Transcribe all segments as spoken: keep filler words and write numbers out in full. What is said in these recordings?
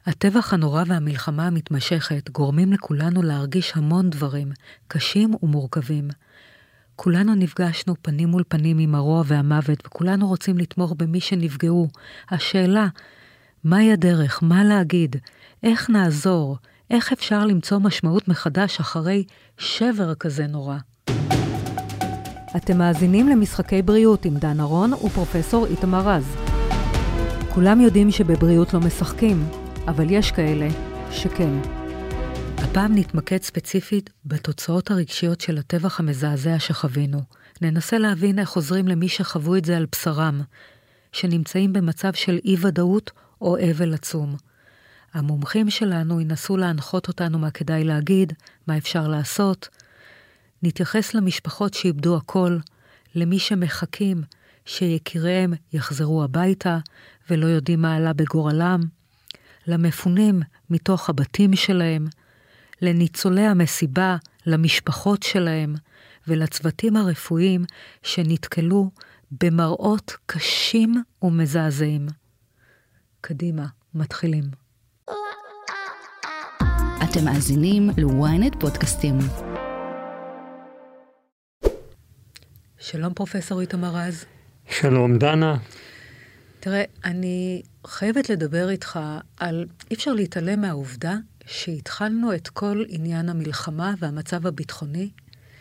הטבח הנורא והמלחמה המתמשכת גורמים לכולנו להרגיש המון דברים, קשים ומורכבים. כולנו נפגשנו פנים מול פנים עם הרוע והמוות, וכולנו רוצים לתמוך במי שנפגעו. השאלה, מהי הדרך? מה להגיד? איך נעזור? איך אפשר למצוא משמעות מחדש אחרי שבר כזה נורא? אתם מאזינים למשחקי בריאות עם דן ארון ופרופסור איתמר רז. כולם יודעים שבבריאות לא משחקים, אבל יש כאלה שכן. הפעם נתמקד ספציפית בתוצאות הרגשיות של הטבח המזעזע שחווינו. ננסה להבין איך עוזרים למי שחוו את זה על בשרם, שנמצאים במצב של אי-ודאות או אבל עצום. המומחים שלנו ינסו להנחות אותנו מה כדאי להגיד, מה אפשר לעשות. נתייחס למשפחות שאיבדו הכל, למי שמחכים שיקיריהם יחזרו הביתה ולא יודעים מה עלה בגורלם, למפונים מתוך הבתים שלהם, לניצולי המסיבה, למשפחות שלהם, ולצוותים הרפואיים שנתקלו במראות קשים ומזעזעים. קדימה, מתחילים. אתם מאזינים ל-ynet פודקאסטים. שלום פרופסור איתמר רז. שלום דנה. תראה, אני חייבת לדבר איתך על, אי אפשר להתעלם מהעובדה שהתחלנו את כל עניין המלחמה והמצב הביטחוני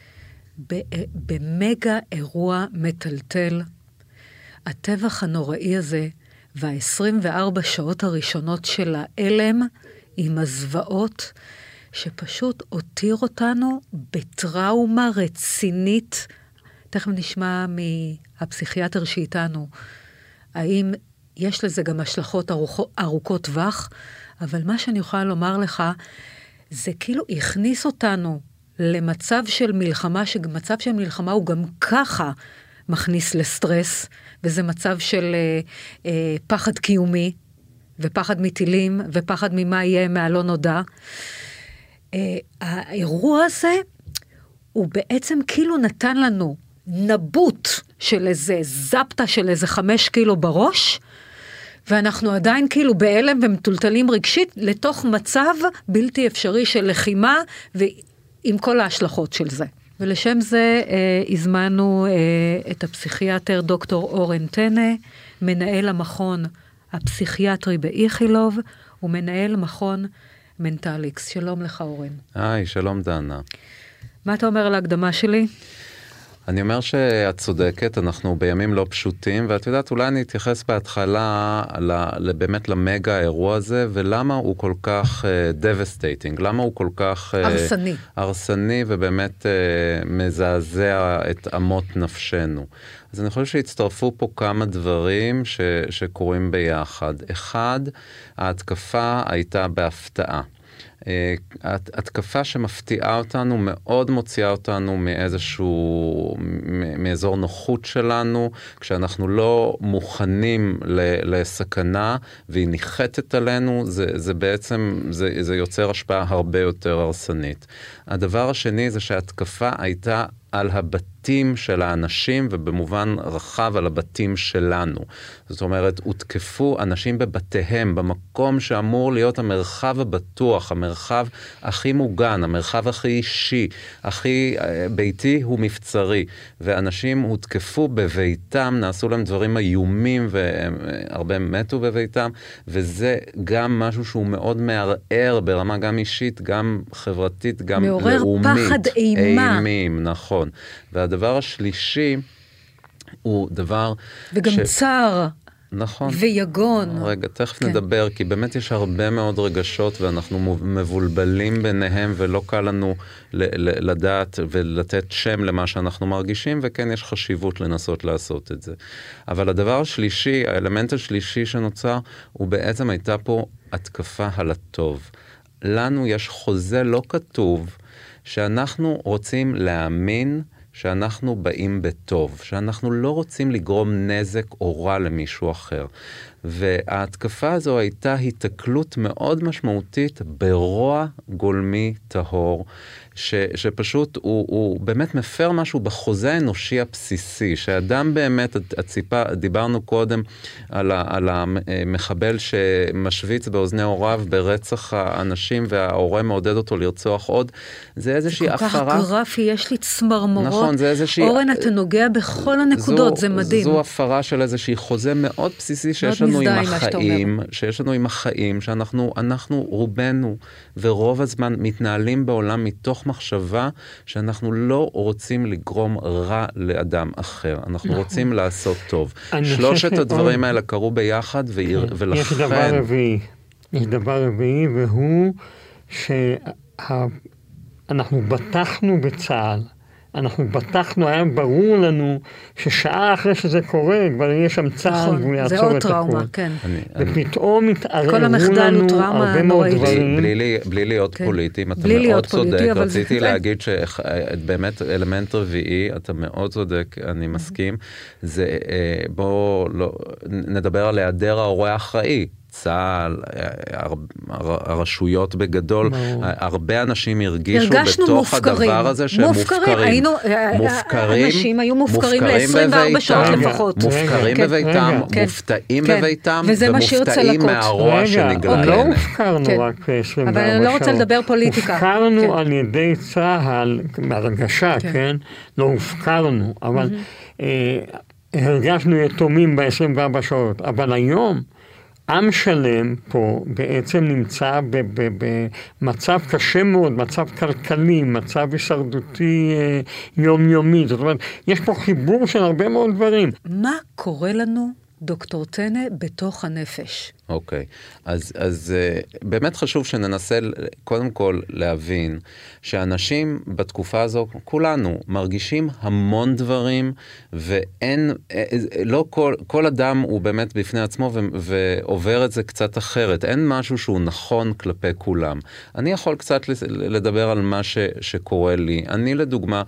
במגה אירוע מטלטל. הטבח הנוראי הזה וה-עשרים וארבע שעות הראשונות של האלם עם הזוועות שפשוט הותיר אותנו בטראומה רצינית. תכף נשמע מהפסיכיאטר שאיתנו, האם יש לזה גם השלכות ארוכות, ארוכות טווח, אבל מה שאני יכולה לומר לך, זה כאילו הכניס אותנו למצב של מלחמה, שמצב של מלחמה הוא גם ככה מכניס לסטרס, וזה מצב של אה, אה, פחד קיומי, ופחד מטילים, ופחד ממה יהיה מהלא נודע. אה, האירוע הזה, הוא בעצם כאילו נתן לנו נבוט של איזה זפטה של איזה חמש קילו בראש, ואנחנו עדיין כאילו באלם ומטולטלים רגשית לתוך מצב בלתי אפשרי של לחימה, ועם כל ההשלכות של זה. ולשם זה אה, הזמנו אה, את הפסיכיאטר דוקטור אורן טנא, מנהל המכון הפסיכיאטרי באיכילוב, ומנהל מכון מנטליקס. שלום לך אורן. היי, שלום דנה. מה אתה אומר על ההקדמה שלי? אני אומר שאת צודקת, אנחנו בימים לא פשוטים, ואת יודעת, אולי אני אתייחס בהתחלה באמת למגה האירוע הזה, ולמה הוא כל כך uh, devastating, למה הוא כל כך... Uh, הרסני. הרסני ובאמת uh, מזעזע את אמות נפשנו. אז אני חושב שהצטרפו פה כמה דברים ש, שקורים ביחד. אחד, ההתקפה הייתה בהפתעה. התקפה שמפתיעה אותנו, מאוד מוציאה אותנו מאיזשהו, מאזור נוחות שלנו, כשאנחנו לא מוכנים לסכנה, והיא ניחתת עלינו, זה, זה בעצם, זה, זה יוצר השפעה הרבה יותר הרסנית. הדבר השני זה שההתקפה הייתה על הבתים של האנשים, ובמובן רחב על הבתים שלנו. זאת אומרת, הותקפו אנשים בבתיהם, במקום שאמור להיות המרחב הבטוח, המרחב הכי מוגן, המרחב הכי אישי, הכי ביתי הוא מבצרי, ואנשים הותקפו בביתם, נעשו להם דברים איומים, והרבה מתו בביתם, וזה גם משהו שהוא מאוד מערער, ברמה גם אישית, גם חברתית, גם מעורר לאומית. מעורר פחד אימה. אימים, נכון. והדבר השלישי הוא דבר... וגם ש... צער. נכון. ויגון. רגע, תכף כן. נדבר, כי באמת יש הרבה מאוד רגשות, ואנחנו מבולבלים ביניהם, ולא קל לנו ל- ל- לדעת ולתת שם למה שאנחנו מרגישים, וכן יש חשיבות לנסות לעשות את זה. אבל הדבר השלישי, האלמנט השלישי שנוצר, הוא בעצם הייתה פה התקפה על הטוב. לנו יש חוזה לא כתוב, שאנחנו רוצים להאמין שאנחנו באים בטוב, שאנחנו לא רוצים לגרום נזק או רע למישהו אחר. וההתקפה הזו הייתה התקלות מאוד משמעותית ברוע גולמי טהור, ש, שפשוט הוא, הוא באמת מפר משהו בחוזה האנושי הבסיסי, שאדם באמת, הציפה, דיברנו קודם על, ה, על המחבל שמשוויץ באוזני הוריו ברצח האנשים, וההורה מעודד אותו לרצוח עוד, זה איזושהי הפרה. זה כל כך גרפי, יש לי צמרמורות. נכון, זה איזושהי... אורן, אתה נוגע בכל הנקודות, זו, זה מדהים. זו הפרה של איזושהי חוזה מאוד בסיסי שיש לנו עם החיים, שיש לנו עם החיים, שאנחנו אנחנו רובנו ורוב הזמן מתנהלים בעולם מתוך מחשבה שאנחנו לא רוצים לגרום רע לאדם אחר, אנחנו נכון. רוצים לעשות טוב. שלושת הדברים האלה קרו ביחד ולכן... יש דבר רביעי, יש דבר רביעי והוא שאנחנו בטחנו בצה"ל, אנחנו בטחנו, היה ברור לנו ששעה אחרי שזה קורה, כבר יהיה שם צה"ל והוא יעצור את הכול. כן. ופתאום התערערו לנו הרבה מאוד דברים. בלי להיות פוליטיים, אתה מאוד צודק. רציתי להגיד שבאמת אלמנט רביעי, אתה מאוד צודק, אני מסכים, זה בואו נדבר על היעדר ההורה האחראי. צה"ל, הרשויות בגדול, הרבה אנשים הרגישו בתוך הדבר הזה שהם מופקרים. אנשים היו מופקרים ל-עשרים וארבע שעות לפחות. מופקרים בביתם, מופתעים בביתם, ומופתעים מהרוע שנגלה. לא הופקרנו רק עשרים וארבע שעות. אבל אני לא רוצה לדבר פוליטיקה. הופקרנו על ידי צה"ל, מהרגשה, כן? לא הופקרנו, אבל הרגשנו יתומים ב-עשרים וארבע שעות. אבל היום, עם שלם פה בעצם נמצא במצב קשה מאוד, מצב כלכלי, מצב הישרדותי יומיומי. זאת אומרת, יש פה חיבור של הרבה מאוד דברים. מה קורה לנו, דוקטור טנא, בתוך הנפש? אוקיי, אז, אז באמת חשוב שננסה קודם כל להבין שאנשים בתקופה הזו, כולנו מרגישים המון דברים, ואין, לא כל, כל אדם הוא באמת בפני עצמו ו, ועובר את זה קצת אחרת. אין משהו שהוא נכון כלפי כולם. אני יכול קצת לדבר על מה ש, שקורה לי. אני לדוגמה,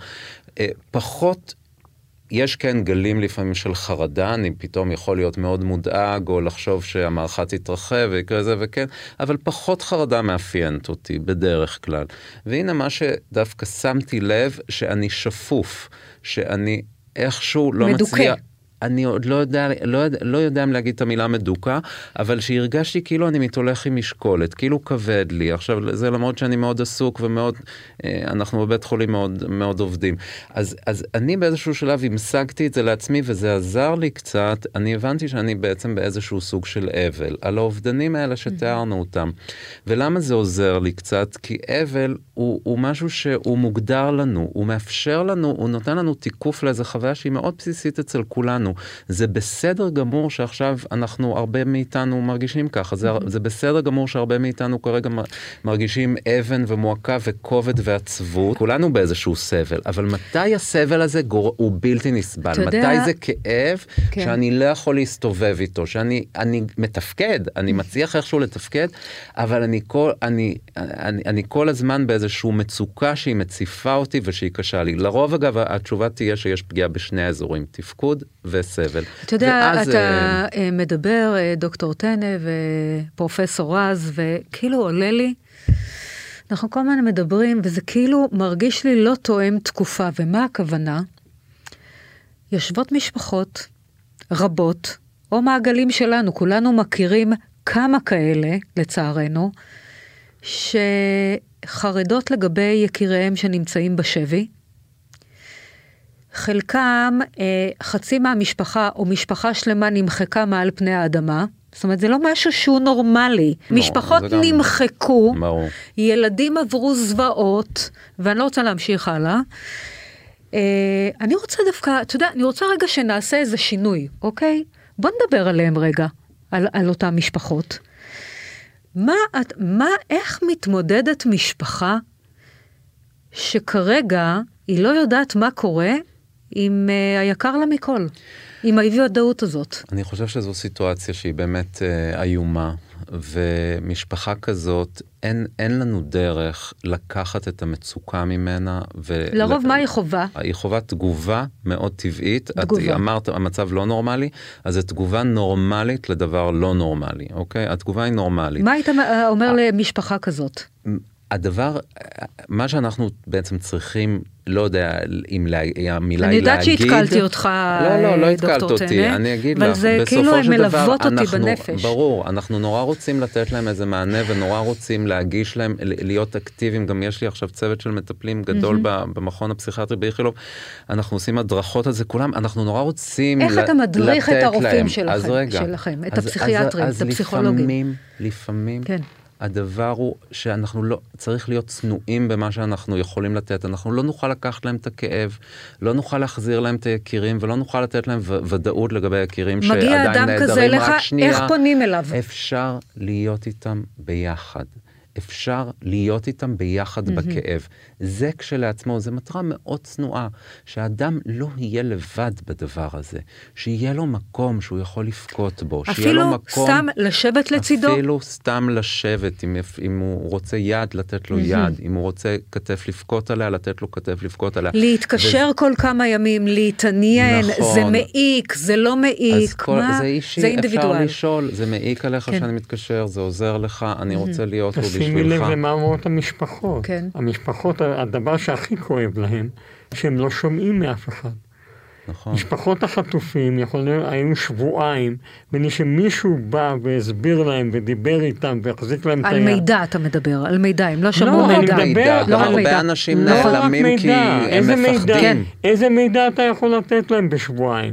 פחות... יש כן גלים לפעמים של חרדה, אני פתאום יכול להיות מאוד מודאג, או לחשוב שהמערכה תתרחב ויקרה זה וכן, אבל פחות חרדה מאפיינת אותי בדרך כלל. והנה מה שדווקא שמתי לב, שאני שפוף, שאני איכשהו לא מדוקה. מצליח... אני עוד לא יודע, לא יודע, לא יודע אם להגיד את המילה מדוקה, אבל שהרגשתי כאילו אני מתהולך עם משקולת, כאילו כבד לי. עכשיו, זה למרות שאני מאוד עסוק ומאוד, אנחנו בבית חולים מאוד, מאוד עובדים. אז, אז אני באיזשהו שלב המשגתי את זה לעצמי, וזה עזר לי קצת. אני הבנתי שאני בעצם באיזשהו סוג של אבל, על האובדנים האלה שתיארנו אותם. ולמה זה עוזר לי קצת? כי אבל הוא, הוא משהו שהוא מוגדר לנו, הוא מאפשר לנו, הוא נותן לנו תיקוף לאיזו חוויה שהיא מאוד בסיסית אצל כולנו. זה בסדר גמור שעכשיו אנחנו, הרבה מאיתנו מרגישים ככה, זה, זה בסדר גמור שהרבה מאיתנו כרגע מרגישים אבן ומועקה וכובד ועצבות, כולנו באיזשהו סבל, אבל מתי הסבל הזה גור... הוא בלתי נסבל? מתי יודע... זה כאב כן. שאני לא יכול להסתובב איתו, שאני אני מתפקד, אני מצליח איכשהו לתפקד, אבל אני כל, אני, אני, אני כל הזמן באיזשהו מצוקה שהיא מציפה אותי ושהיא קשה לי. לרוב אגב, התשובה תהיה שיש פגיעה בשני האזורים, תפקוד וסבל. אתה יודע, ואז, אתה uh... מדבר, דוקטור טנא ופרופסור רז, וכאילו עולה לי, אנחנו כל הזמן מדברים, וזה כאילו מרגיש לי לא תואם תקופה, ומה הכוונה? יושבות משפחות רבות, או מעגלים שלנו, כולנו מכירים כמה כאלה, לצערנו, שחרדות לגבי יקיריהם שנמצאים בשבי, חלקם, חצי מהמשפחה או משפחה שלמה נמחקה מעל פני האדמה, זאת אומרת, זה לא משהו שהוא נורמלי. לא, משפחות נמחקו, גם... ילדים עברו זוועות, ואני לא רוצה להמשיך הלאה. אני רוצה דווקא, אתה יודע, אני רוצה רגע שנעשה איזה שינוי, אוקיי? בוא נדבר עליהם רגע, על, על אותם משפחות. מה, מה, איך מתמודדת משפחה שכרגע היא לא יודעת מה קורה עם uh, היקר לה מכל, עם האי-ודאות הזאת? אני חושב שזו סיטואציה שהיא באמת uh, איומה, ומשפחה כזאת, אין, אין לנו דרך לקחת את המצוקה ממנה. לרוב מה היא חובה? היא חובה תגובה מאוד טבעית. תגובה. את אמרת, המצב לא נורמלי, אז זו תגובה נורמלית לדבר לא נורמלי, אוקיי? התגובה היא נורמלית. מה היית אומר למשפחה כזאת? הדבר, מה שאנחנו בעצם צריכים, לא יודע אם המילה אני היא להגיד. אני יודעת שהתקלתי אותך, לא, לא, לא התקלת אותי, אני אגיד לך, בסופו של דבר, אבל זה כאילו הן מלוות אותי בנפש. ברור, אנחנו נורא רוצים לתת להם איזה מענה, ונורא רוצים להגיש להם, להיות אקטיביים, גם יש לי עכשיו צוות של מטפלים גדול במכון הפסיכיאטרי באיכילוב, אנחנו עושים הדרכות על זה, כולם, אנחנו נורא רוצים לתת להם. איך אתה מדריך את הרופאים שלכם, את הפסיכיאטרים, את הפסיכולוגים? לפעמים, הדבר הוא שאנחנו לא, צריך להיות צנועים במה שאנחנו יכולים לתת. אנחנו לא נוכל לקחת להם את הכאב, לא נוכל להחזיר להם את היקירים, ולא נוכל לתת להם ודאות לגבי היקירים שעדיין נהדרים רק שנייה. איך פונים אליו? אפשר להיות איתם ביחד. אפשר להיות איתם ביחד mm-hmm. בכאב. זה כשלעצמו, זה מטרה מאוד צנועה, שהאדם לא יהיה לבד בדבר הזה, שיהיה לו מקום שהוא יכול לפקוט בו, שיהיה לו מקום... אפילו סתם לשבת לצידו? אפילו סתם לשבת, אם, אם הוא רוצה יד, לתת לו mm-hmm. יד, אם הוא רוצה כתף לפקוט עליה, לתת לו כתף לפקוט עליה. להתקשר וזה... כל כמה ימים, להתעניין, נכון. זה מעיק, זה לא מעיק, כל... מה? זה אישי, זה אינדיבידואל. אפשר לשאול, זה מעיק עליך כן. שאני מתקשר, זה עוזר לך, אני mm-hmm. רוצה להיות לו בשבילך. שימי לב למה אומרות המשפחות. כן. המשפחות, הדבר שהכי כואב להם, שהם לא שומעים מאף אחד. נכון. משפחות החטופים יכולים, היו שבועיים, בני שמישהו בא והסביר להם ודיבר איתם והחזיק להם את היד. על מידע אתה מדבר, על מידע, הם לא שמעו מידע. לא, אני מדבר, לא על מידע. הרבה אנשים נעלמים כי הם מפחדים. איזה מידע אתה יכול לתת להם בשבועיים?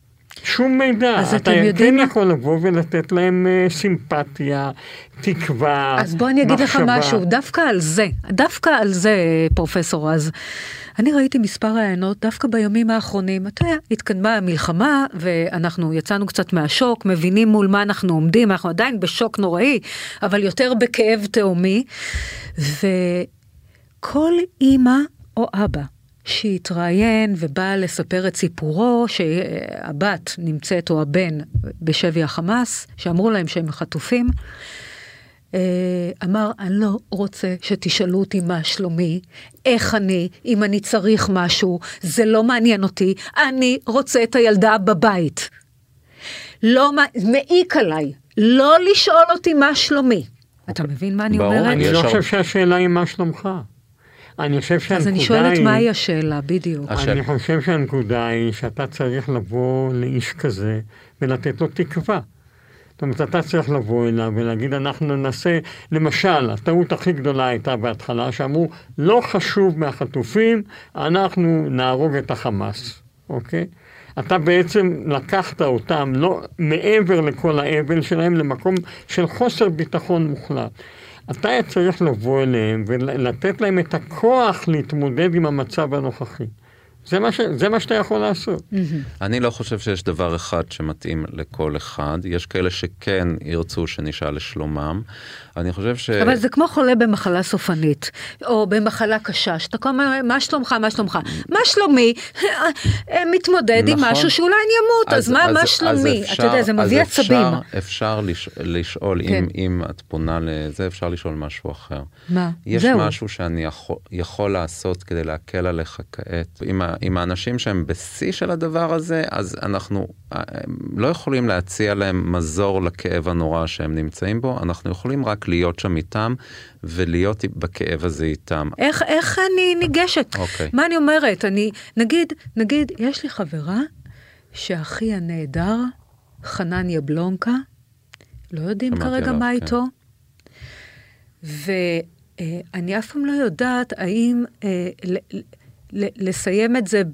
שום מידע. אתה כן יכול לבוא ולתת להם uh, סימפתיה, תקווה, מחשבה. אז בוא אני אגיד לך משהו, דווקא על זה, דווקא על זה, פרופסור, אז אני ראיתי מספר רעיונות, דווקא בימים האחרונים, אתה יודע, התקדמה המלחמה, ואנחנו יצאנו קצת מהשוק, מבינים מול מה אנחנו עומדים, אנחנו עדיין בשוק נוראי, אבל יותר בכאב תאומי, וכל אמא או אבא, שהתראיין ובא לספר את סיפורו, שהבת נמצאת או הבן בשבי החמאס, שאמרו להם שהם חטופים, אמר, אני לא רוצה שתשאלו אותי מה שלומי, איך אני, אם אני צריך משהו, זה לא מעניין אותי, אני רוצה את הילדה בבית. לא, מעיק עליי, לא לשאול אותי מה שלומי. אתה מבין מה אני אומרת? אני לא חושב שהשאלה היא מה שלומך. אני חושב שהנקודה היא... אז אני שואלת מהי השאלה, בדיוק. אני חושב שהנקודה היא שאתה צריך לבוא לאיש כזה ולתת לו תקווה. זאת אומרת, אתה צריך לבוא אליו ולהגיד, אנחנו ננסה, למשל, הטעות הכי גדולה הייתה בהתחלה, שאמרו, לא חשוב מהחטופים, אנחנו נהרוג את החמאס, אוקיי? אתה בעצם לקחת אותם, לא מעבר לכל האבל שלהם, למקום של חוסר ביטחון מוחלט. אתה צריך לבוא אליהם ולתת להם את הכוח להתמודד עם המצב הנוכחי. זה מה, ש... זה מה שאתה יכול לעשות. אני לא חושב שיש דבר אחד שמתאים לכל אחד. יש כאלה שכן ירצו שנשאל לשלומם. אני חושב ש... אבל זה כמו חולה במחלה סופנית, או במחלה קשה, שאתה כל הזמן, מה שלומך, מה שלומך? מה שלומי? מתמודד עם משהו שאולי אני אמות, אז מה, מה שלומי? אתה יודע, זה מביא עצבים. אפשר לשאול, אם את פונה לזה, אפשר לשאול משהו אחר. מה? יש משהו שאני יכול לעשות כדי להקל עליך כעת. עם האנשים שהם בשיא של הדבר הזה, אז אנחנו לא יכולים להציע להם מזור לכאב הנורא שהם נמצאים בו, אנחנו יכולים רק להיות שם איתם, ולהיות בכאב הזה איתם. איך, איך אני ניגשת? אוקיי. מה אני אומרת? אני, נגיד, נגיד, יש לי חברה, שאחי הנהדר, חנן יבלונקה, לא יודעים כרגע מה איתו, ואני אף פעם לא יודעת, האם לסיים את זה ב...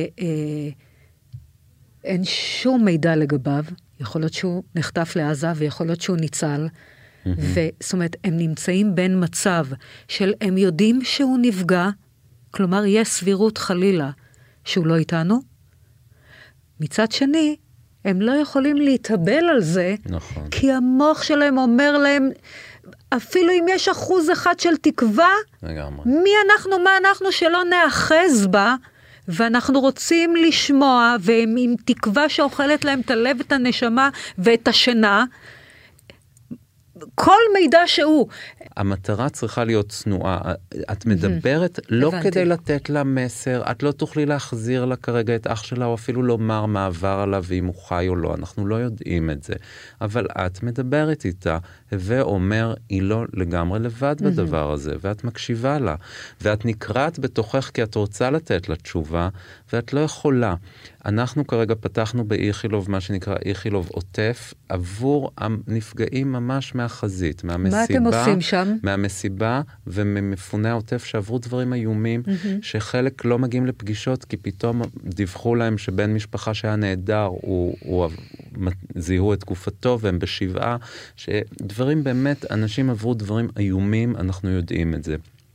אין שום מידע לגביו, יכול להיות שהוא נחטף לעזה, ויכול להיות שהוא ניצל, וזאת אומרת, הם נמצאים בין מצב של הם יודעים שהוא נפגע, כלומר, יש סבירות חלילה שהוא לא איתנו, מצד שני, הם לא יכולים להתאבל על זה, נכון. כי המוח שלהם אומר להם, אפילו אם יש אחוז אחד של תקווה, לגמרי. מי אנחנו, מה אנחנו שלא נאחז בה, ואנחנו רוצים לשמוע, והם עם תקווה שאוכלת להם את הלב, את הנשמה ואת השינה, כל מידע שהוא. המטרה צריכה להיות צנועה. את מדברת לא כדי לתת לה מסר, את לא תוכלי להחזיר לה כרגע את אח שלה, או אפילו לומר מה עבר עליו, ואם הוא חי או לא, אנחנו לא יודעים את זה. אבל את מדברת איתה, ואומר, היא לא לגמרי לבד בדבר הזה, ואת מקשיבה לה, ואת נקראת בתוכך כי את רוצה לתת לה תשובה, ואת לא יכולה. אנחנו כרגע פתחנו באיכילוב, מה שנקרא איכילוב עוטף, עבור הנפגעים ממש מהחזית, מהמסיבה. מה אתם עושים שם? מהמסיבה וממפוני העוטף שעברו דברים איומים, mm-hmm. שחלק לא מגיעים לפגישות, כי פתאום דיווחו להם שבן משפחה שהיה נהדר, הוא, הוא זיהו את גופתו, והם בשבעה, שדברים באמת, אנשים עברו דברים איומים, אנחנו יודעים את זה.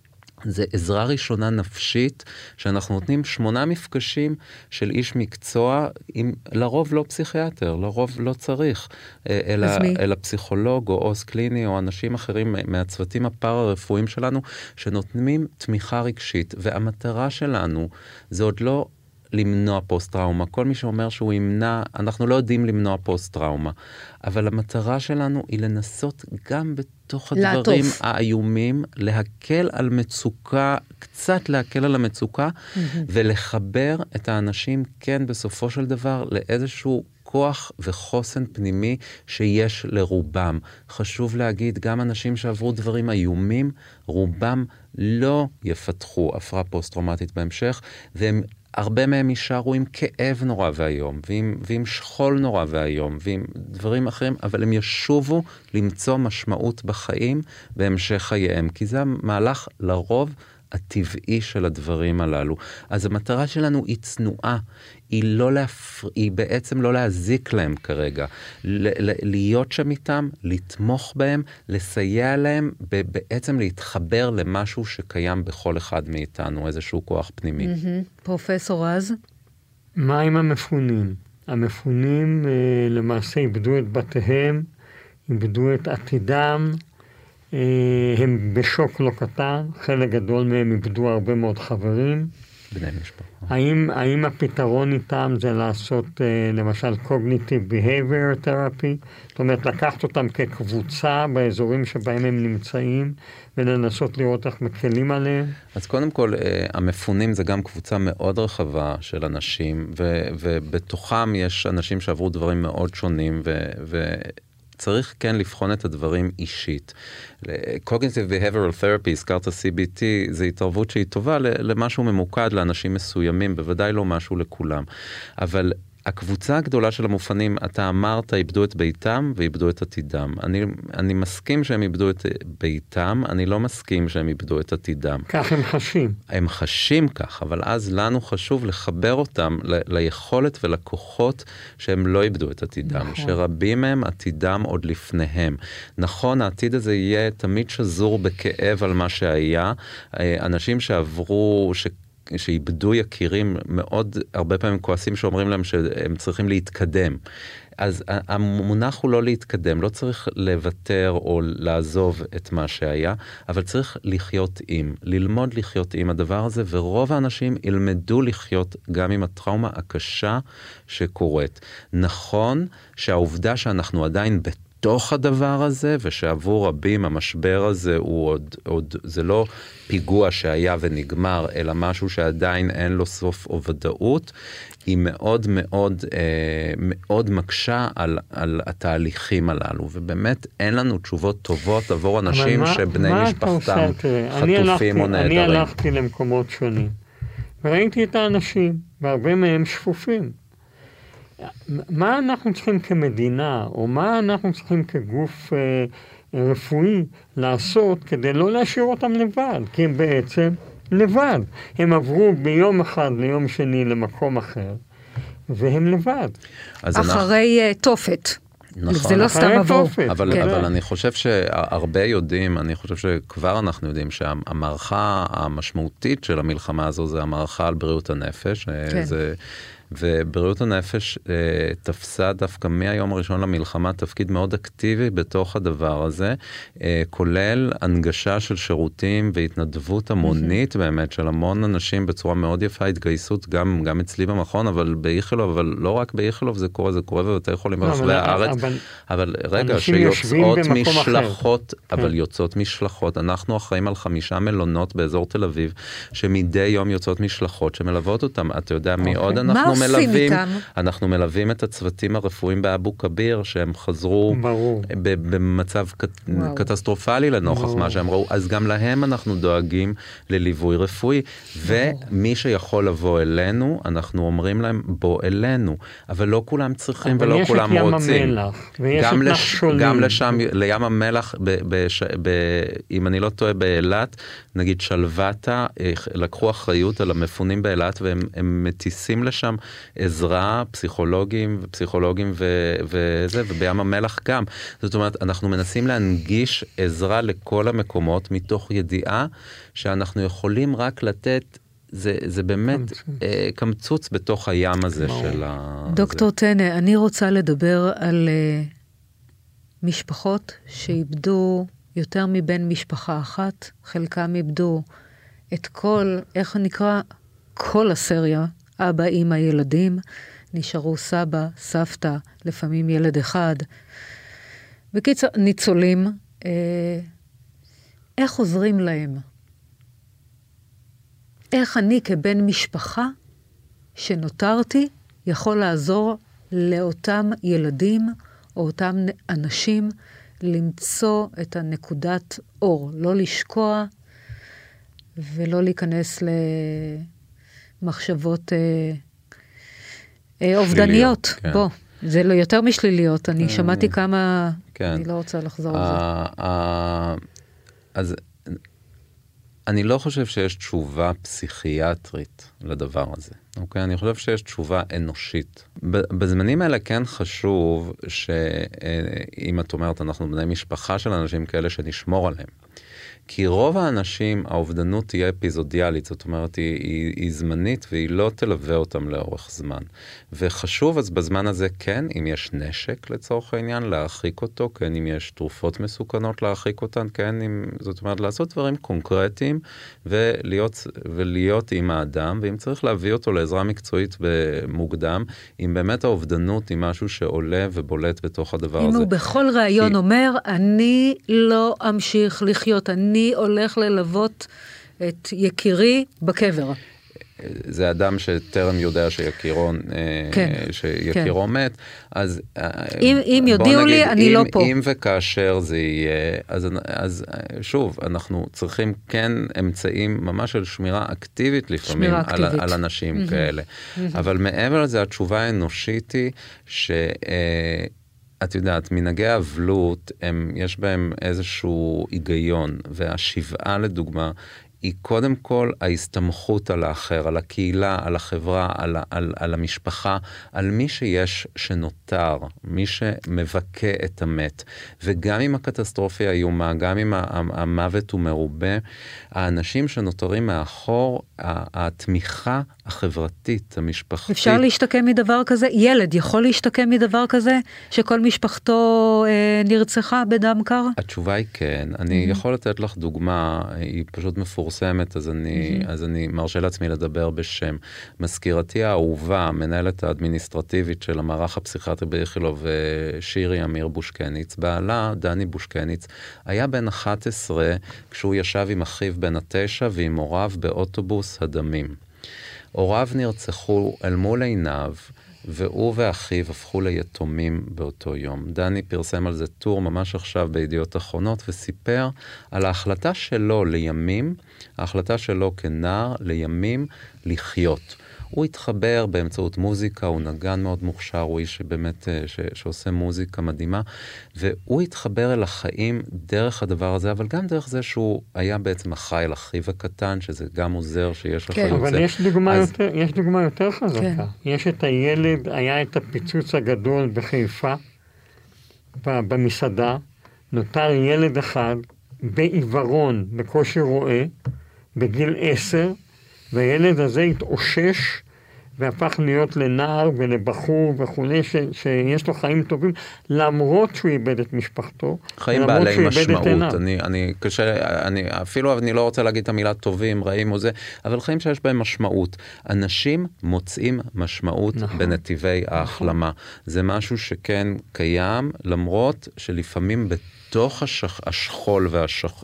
זה עזרה ראשונה נפשית, שאנחנו נותנים שמונה מפגשים של איש מקצוע, עם, לרוב לא פסיכיאטר, לרוב לא צריך, אלא, אלא פסיכולוג או עו"ס קליני, או אנשים אחרים מהצוותים הפארה-רפואיים שלנו, שנותנים תמיכה רגשית, והמטרה שלנו זה עוד לא למנוע פוסט-טראומה. כל מי שאומר שהוא ימנע, אנחנו לא יודעים למנוע פוסט-טראומה, אבל המטרה שלנו היא לנסות גם בתוך הדברים האיומים, להקל על מצוקה, קצת להקל על המצוקה, mm-hmm. ולחבר את האנשים, כן, בסופו של דבר, לאיזשהו כוח וחוסן פנימי שיש לרובם. חשוב להגיד, גם אנשים שעברו דברים איומים, רובם לא יפתחו הפרעה פוסט-טראומטית בהמשך, והם הרבה מהם יישארו עם כאב נורא והיום, ועם, ועם שכול נורא והיום, ועם דברים אחרים, אבל הם ישובו למצוא משמעות בחיים בהמשך חייהם, כי זה המהלך לרוב הטבעי של הדברים הללו. אז המטרה שלנו היא צנועה, היא, לא להפר... היא בעצם לא להזיק להם כרגע, ל- ל- להיות שם איתם, לתמוך בהם, לסייע להם, ב- בעצם להתחבר למשהו שקיים בכל אחד מאיתנו, איזשהו כוח פנימי. Mm-hmm. פרופסור רז? מה עם המפונים? המפונים אה, למעשה איבדו את בתיהם, איבדו את עתידם, אה, הם בשוק לא קטן, חלק גדול מהם איבדו הרבה מאוד חברים. בני משפחה. האם, האם הפתרון איתם זה לעשות אה, למשל cognitive behavior therapy, זאת אומרת לקחת אותם כקבוצה באזורים שבהם הם נמצאים, ולנסות לראות איך מקלים עליהם? אז קודם כל, המפונים זה גם קבוצה מאוד רחבה של אנשים, ו- ובתוכם יש אנשים שעברו דברים מאוד שונים, ו- ו- צריך כן לבחון את הדברים אישית. Cognitive Behavioral Therapy, הזכרת C B T, זה התערבות שהיא טובה למשהו ממוקד לאנשים מסוימים, בוודאי לא משהו לכולם. אבל הקבוצה הגדולה של המופנים, אתה אמרת, איבדו את ביתם ואיבדו את עתידם. אני, אני מסכים שהם איבדו את ביתם, אני לא מסכים שהם איבדו את עתידם. כך הם חשים. הם חשים כך, אבל אז לנו חשוב לחבר אותם ל- ליכולת ולכוחות שהם לא איבדו את עתידם, נכון. שרבים מהם עתידם עוד לפניהם. נכון, העתיד הזה יהיה תמיד שזור בכאב על מה שהיה. אנשים שעברו, ש... שאיבדו יקירים, מאוד הרבה פעמים כועסים שאומרים להם שהם צריכים להתקדם. אז המונח הוא לא להתקדם, לא צריך לוותר או לעזוב את מה שהיה, אבל צריך לחיות עם, ללמוד לחיות עם הדבר הזה, ורוב האנשים ילמדו לחיות גם עם הטראומה הקשה שקורית. נכון שהעובדה שאנחנו עדיין בתוך, תוך הדבר הזה, ושעבור רבים המשבר הזה הוא עוד, עוד, זה לא פיגוע שהיה ונגמר, אלא משהו שעדיין אין לו סוף או ודאות, היא מאוד מאוד, אה, מאוד מקשה על, על התהליכים הללו, ובאמת אין לנו תשובות טובות עבור אנשים מה, שבני מה משפחתם חטופים או נהדרים. אני הלכתי למקומות שונים, וראיתי את האנשים, והרבה מהם שפופים. מה אנחנו צריכים כמדינה, או מה אנחנו צריכים כגוף אה, רפואי לעשות כדי לא להשאיר אותם לבד? כי הם בעצם לבד. הם עברו ביום אחד ליום שני למקום אחר, והם לבד. אחרי אנחנו... תופת. נכון. זה לא סתם עבור. אבל, כן. אבל אני חושב שהרבה יודעים, אני חושב שכבר אנחנו יודעים שהמערכה המשמעותית של המלחמה הזו זה המערכה על בריאות הנפש. כן. זה... ובריאות הנפש אה, תפסה דווקא מהיום הראשון למלחמה תפקיד מאוד אקטיבי בתוך הדבר הזה, אה, כולל הנגשה של שירותים והתנדבות המונית באמת של המון אנשים בצורה מאוד יפה, התגייסות גם, גם אצלי במכון, אבל באיכילוב, אבל לא רק באיכילוב זה קורה, זה קורה בבתי חולים ברחבי הארץ, אבל, אבל רגע, שיוצאות משלחות, אחר. אבל כן. יוצאות משלחות, אנחנו אחראים על חמישה מלונות באזור תל אביב, שמדי יום יוצאות משלחות שמלוות אותם, אתה יודע מי עוד אנחנו מלווים, אנחנו מלווים את הצוותים הרפואיים באבו כביר, שהם חזרו במצב קטסטרופלי לנוכח מה שהם ראו, אז גם להם אנחנו דואגים לליווי רפואי, ומי שיכול לבוא אלינו, אנחנו אומרים להם בוא אלינו, אבל לא כולם צריכים ולא כולם רוצים. גם, לש, גם לשם, לים המלח, ב, ב, ב, אם אני לא טועה באילת, נגיד שלוותה, לקחו אחריות על המפונים באילת, והם מטיסים לשם עזרה, פסיכולוגים ופסיכולוגים ו, וזה, ובים המלח גם. זאת אומרת, אנחנו מנסים להנגיש עזרה לכל המקומות, מתוך ידיעה שאנחנו יכולים רק לתת, זה, זה באמת אה, קמצוץ בתוך הים הזה של ה... דוקטור טנא, אני רוצה לדבר על אה, משפחות שאיבדו יותר מבין משפחה אחת, חלקם איבדו את כל, איך נקרא, כל הסריה, אבא, אמא, ילדים, נשארו סבא, סבתא, לפעמים ילד אחד. בקיצור, ניצולים, אה, איך עוזרים להם? איך אני כבן משפחה שנותרתי יכול לעזור לאותם ילדים או אותם אנשים למצוא את הנקודת אור, לא לשקוע ולא להיכנס למחשבות אה, אה, אובדניות. כן. בוא, זה לא יותר משליליות, אני שמעתי כמה, כן. אני לא רוצה לחזור על זה. אז אני לא חושב שיש תשובה פסיכיאטרית לדבר הזה, אוקיי? אני חושב שיש תשובה אנושית. בזמנים האלה כן חשוב שאם את אומרת, אנחנו בני משפחה של אנשים כאלה שנשמור עליהם. כי רוב האנשים, האובדנות תהיה אפיזודיאלית, זאת אומרת, היא, היא, היא זמנית, והיא לא תלווה אותם לאורך זמן. וחשוב אז בזמן הזה, כן, אם יש נשק לצורך העניין, להרחיק אותו, כן, אם יש תרופות מסוכנות להרחיק אותן, כן, אם, זאת אומרת, לעשות דברים קונקרטיים, ולהיות, ולהיות עם האדם, ואם צריך להביא אותו לעזרה מקצועית מוקדם, אם באמת האובדנות היא משהו שעולה ובולט בתוך הדבר אם הזה. אם הוא בכל ראיון כי... אומר, אני לא אמשיך לחיות, אני אני הולך ללוות את יקירי בקבר. זה אדם שטרם יודע שיקירו, כן, שיקירו כן. מת, אז אם, אם יודיעו נגיד, לי, אני אם, לא פה. אם וכאשר זה יהיה, אז, אז שוב, אנחנו צריכים כן אמצעים ממש של שמירה אקטיבית לפעמים על, על אנשים mm-hmm. כאלה. Mm-hmm. אבל מעבר לזה, התשובה האנושית היא ש... את יודעת, מנהגי האבלות, הם, יש בהם איזשהו היגיון, והשבעה לדוגמה, היא קודם כל ההסתמכות על האחר, על הקהילה, על החברה, על, על, על המשפחה, על מי שיש שנותר, מי שמבקה את המת. וגם עם הקטסטרופה האיומה, גם עם המוות הוא מרובה, האנשים שנותרים מאחור, התמיכה החברתית, המשפחתית. אפשר להשתקם מדבר כזה? ילד יכול להשתקם מדבר כזה? שכל משפחתו אה, נרצחה בדם קר? התשובה היא כן. אני mm-hmm. יכול לתת לך דוגמה, היא פשוט מפורסמת, אז אני, mm-hmm. אז אני מרשה לעצמי לדבר בשם. מזכירתי האהובה, מנהלת האדמיניסטרטיבית של המערך הפסיכיאטרי באיכילוב, שירי אמיר בושקניץ, בעלה, דני בושקניץ, היה בן אחת עשרה, כשהוא ישב עם אחיו בן התשע ועם הוריו באוטובוס הדמים. הוריו נרצחו אל מול עיניו, והוא ואחיו הפכו ליתומים באותו יום. דני פרסם על זה טור ממש עכשיו בידיעות אחרונות, וסיפר על ההחלטה שלו לימים, ההחלטה שלו כנער לימים לחיות. הוא התחבר באמצעות מוזיקה, הוא נגן מאוד מוכשר, הוא איש שבאמת, ש, שעושה מוזיקה מדהימה, והוא התחבר אל החיים דרך הדבר הזה, אבל גם דרך זה שהוא היה בעצם אחראי על אחיו הקטן, שזה גם עוזר שיש לך כן, יוצא. אבל יש דוגמה, אז... יותר, יש דוגמה יותר חזקה. כן. יש את הילד, היה את הפיצוץ הגדול בחיפה, במסעדה, נותר ילד אחד, בעיוורון, בקושי רואה, בגיל עשר, והילד הזה התאושש, והפך להיות לנער ולבחור וכולי, ש, שיש לו חיים טובים, למרות שהוא איבד את משפחתו. חיים בעלי משמעות. אני, אני, קשה, אני, אפילו אני לא רוצה להגיד את המילה טובים, רעים או זה, אבל חיים שיש בהם משמעות. אנשים מוצאים משמעות נכון. בנתיבי נכון. ההחלמה. זה משהו שכן קיים, למרות שלפעמים בתוך השח, השכול והשח,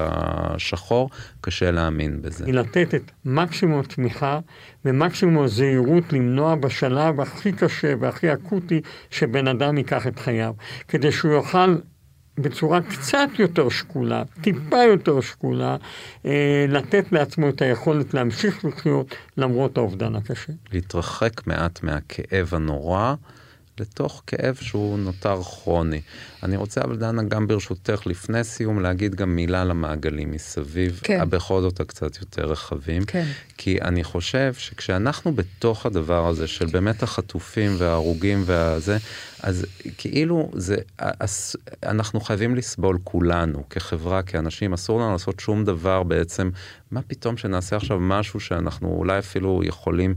והשחור קשה להאמין בזה. היא לתת את מקסימום תמיכה ומקסימום זהירות למנוע בשלב הכי קשה והכי אקוטי שבן אדם ייקח את חייו. כדי שהוא יוכל בצורה קצת יותר שקולה, טיפה יותר שקולה, אה, לתת לעצמו את היכולת להמשיך לחיות למרות האובדן הקשה. להתרחק מעט מהכאב הנורא, לתוך כאב שהוא נותר כרוני. אני רוצה, אבל דנה, גם ברשותך, לפני סיום, להגיד גם מילה למעגלים מסביב, כן. בכל זאת הקצת יותר רחבים. כן. כי אני חושב שכשאנחנו בתוך הדבר הזה, של באמת החטופים וההרוגים והזה, אז כאילו זה, אנחנו חייבים לסבול כולנו, כחברה, כאנשים, אסור לנו לעשות שום דבר בעצם, מה פתאום שנעשה עכשיו משהו שאנחנו אולי אפילו יכולים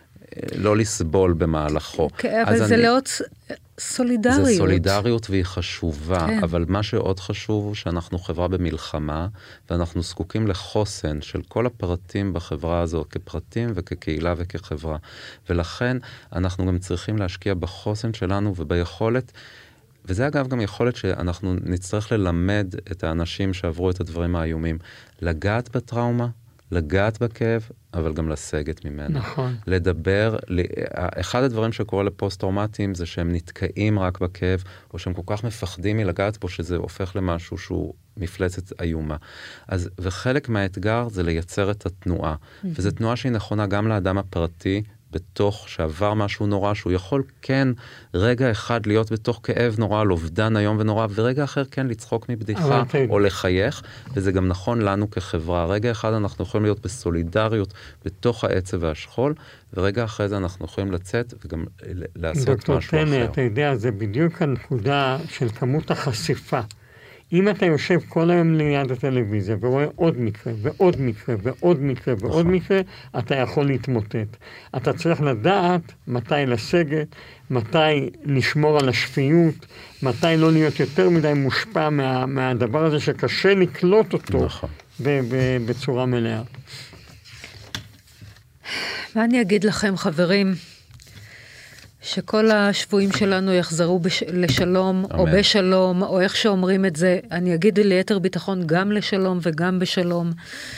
לא לסבול במהלכו. כן, אבל זה לעוד סולידריות. זה סולידריות והיא חשובה, כן. אבל מה שעוד חשוב הוא שאנחנו חברה במלחמה, ואנחנו זקוקים לחוסן של כל הפרטים בחברה הזו, כפרטים וכקהילה וכחברה. ולכן אנחנו גם צריכים להשקיע בחוסן שלנו וביכולת, וזה אגב גם יכולת שאנחנו נצטרך ללמד את האנשים שעברו את הדברים האיומים, לגעת בטראומה, לגעת בכאב, אבל גם לסגת ממנו. נכון. לדבר, אחד הדברים שקורה לפוסט-טראומטיים זה שהם נתקעים רק בכאב, או שהם כל כך מפחדים מלגעת פה שזה הופך למשהו שהוא מפלצת איומה. אז, וחלק מהאתגר זה לייצר את התנועה. Mm-hmm. וזו תנועה שהיא נכונה גם לאדם הפרטי, בתוך שעבר משהו נורא, שהוא יכול כן רגע אחד להיות בתוך כאב נורא, על אובדן היום ונורא, ורגע אחר כן לצחוק מבדיחה או לחייך, וזה גם נכון לנו כחברה. רגע אחד אנחנו יכולים להיות בסולידריות בתוך העצב והשכול, ורגע אחרי זה אנחנו יכולים לצאת וגם לעשות משהו אחר. דוקטור טנא, אתה יודע, זה בדיוק הנקודה של כמות החשיפה. אם אתה יושב כל היום ליד הטלוויזיה ורואה עוד מקרה ועוד מקרה ועוד מקרה ועוד מקרה, אתה יכול להתמוטט. אתה צריך לדעת מתי לסגת, מתי לשמור על השפיות, מתי לא להיות יותר מדי מושפע מה, מהדבר הזה שקשה לקלוט אותו ב- ב- בצורה מלאה. מה אני אגיד לכם, חברים? שכל השבויים שלנו יחזרו בש... לשלום, אמן. או בשלום, או איך שאומרים את זה, אני אגיד ליתר ביטחון גם לשלום וגם בשלום.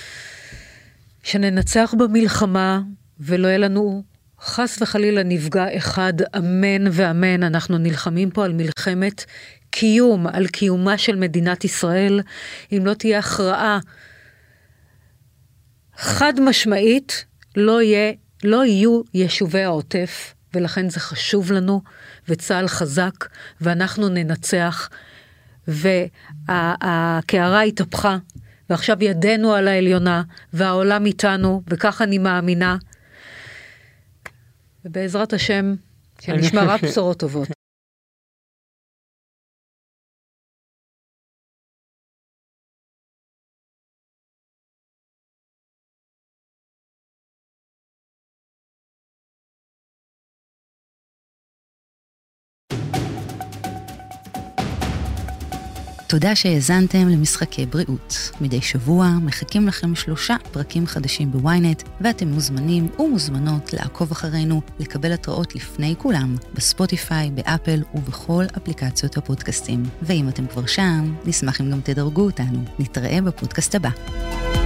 שננצח במלחמה, ולא יהיה לנו חס וחלילה נפגע אחד, אמן ואמן. אנחנו נלחמים פה על מלחמת קיום, על קיומה של מדינת ישראל. אם לא תהיה הכרעה חד משמעית, לא, יהיה, לא יהיו יישובי העוטף, ולכן זה חשוב לנו, וצהל חזק, ואנחנו ננצח, והקערה התהפכה, ועכשיו ידנו על העליונה, והעולם איתנו, וכך אני מאמינה, ובעזרת השם, שנשמע רק בשורות טובות. תודה שהאזנתם למשחקי בריאות. מדי שבוע מחכים לכם שלושה פרקים חדשים בוויינט, ואתם מוזמנים ומוזמנות לעקוב אחרינו, לקבל התראות לפני כולם, בספוטיפיי, באפל ובכל אפליקציות הפודקאסטים. ואם אתם כבר שם, נשמח אם גם תדרגו אותנו. נתראה בפודקאסט הבא.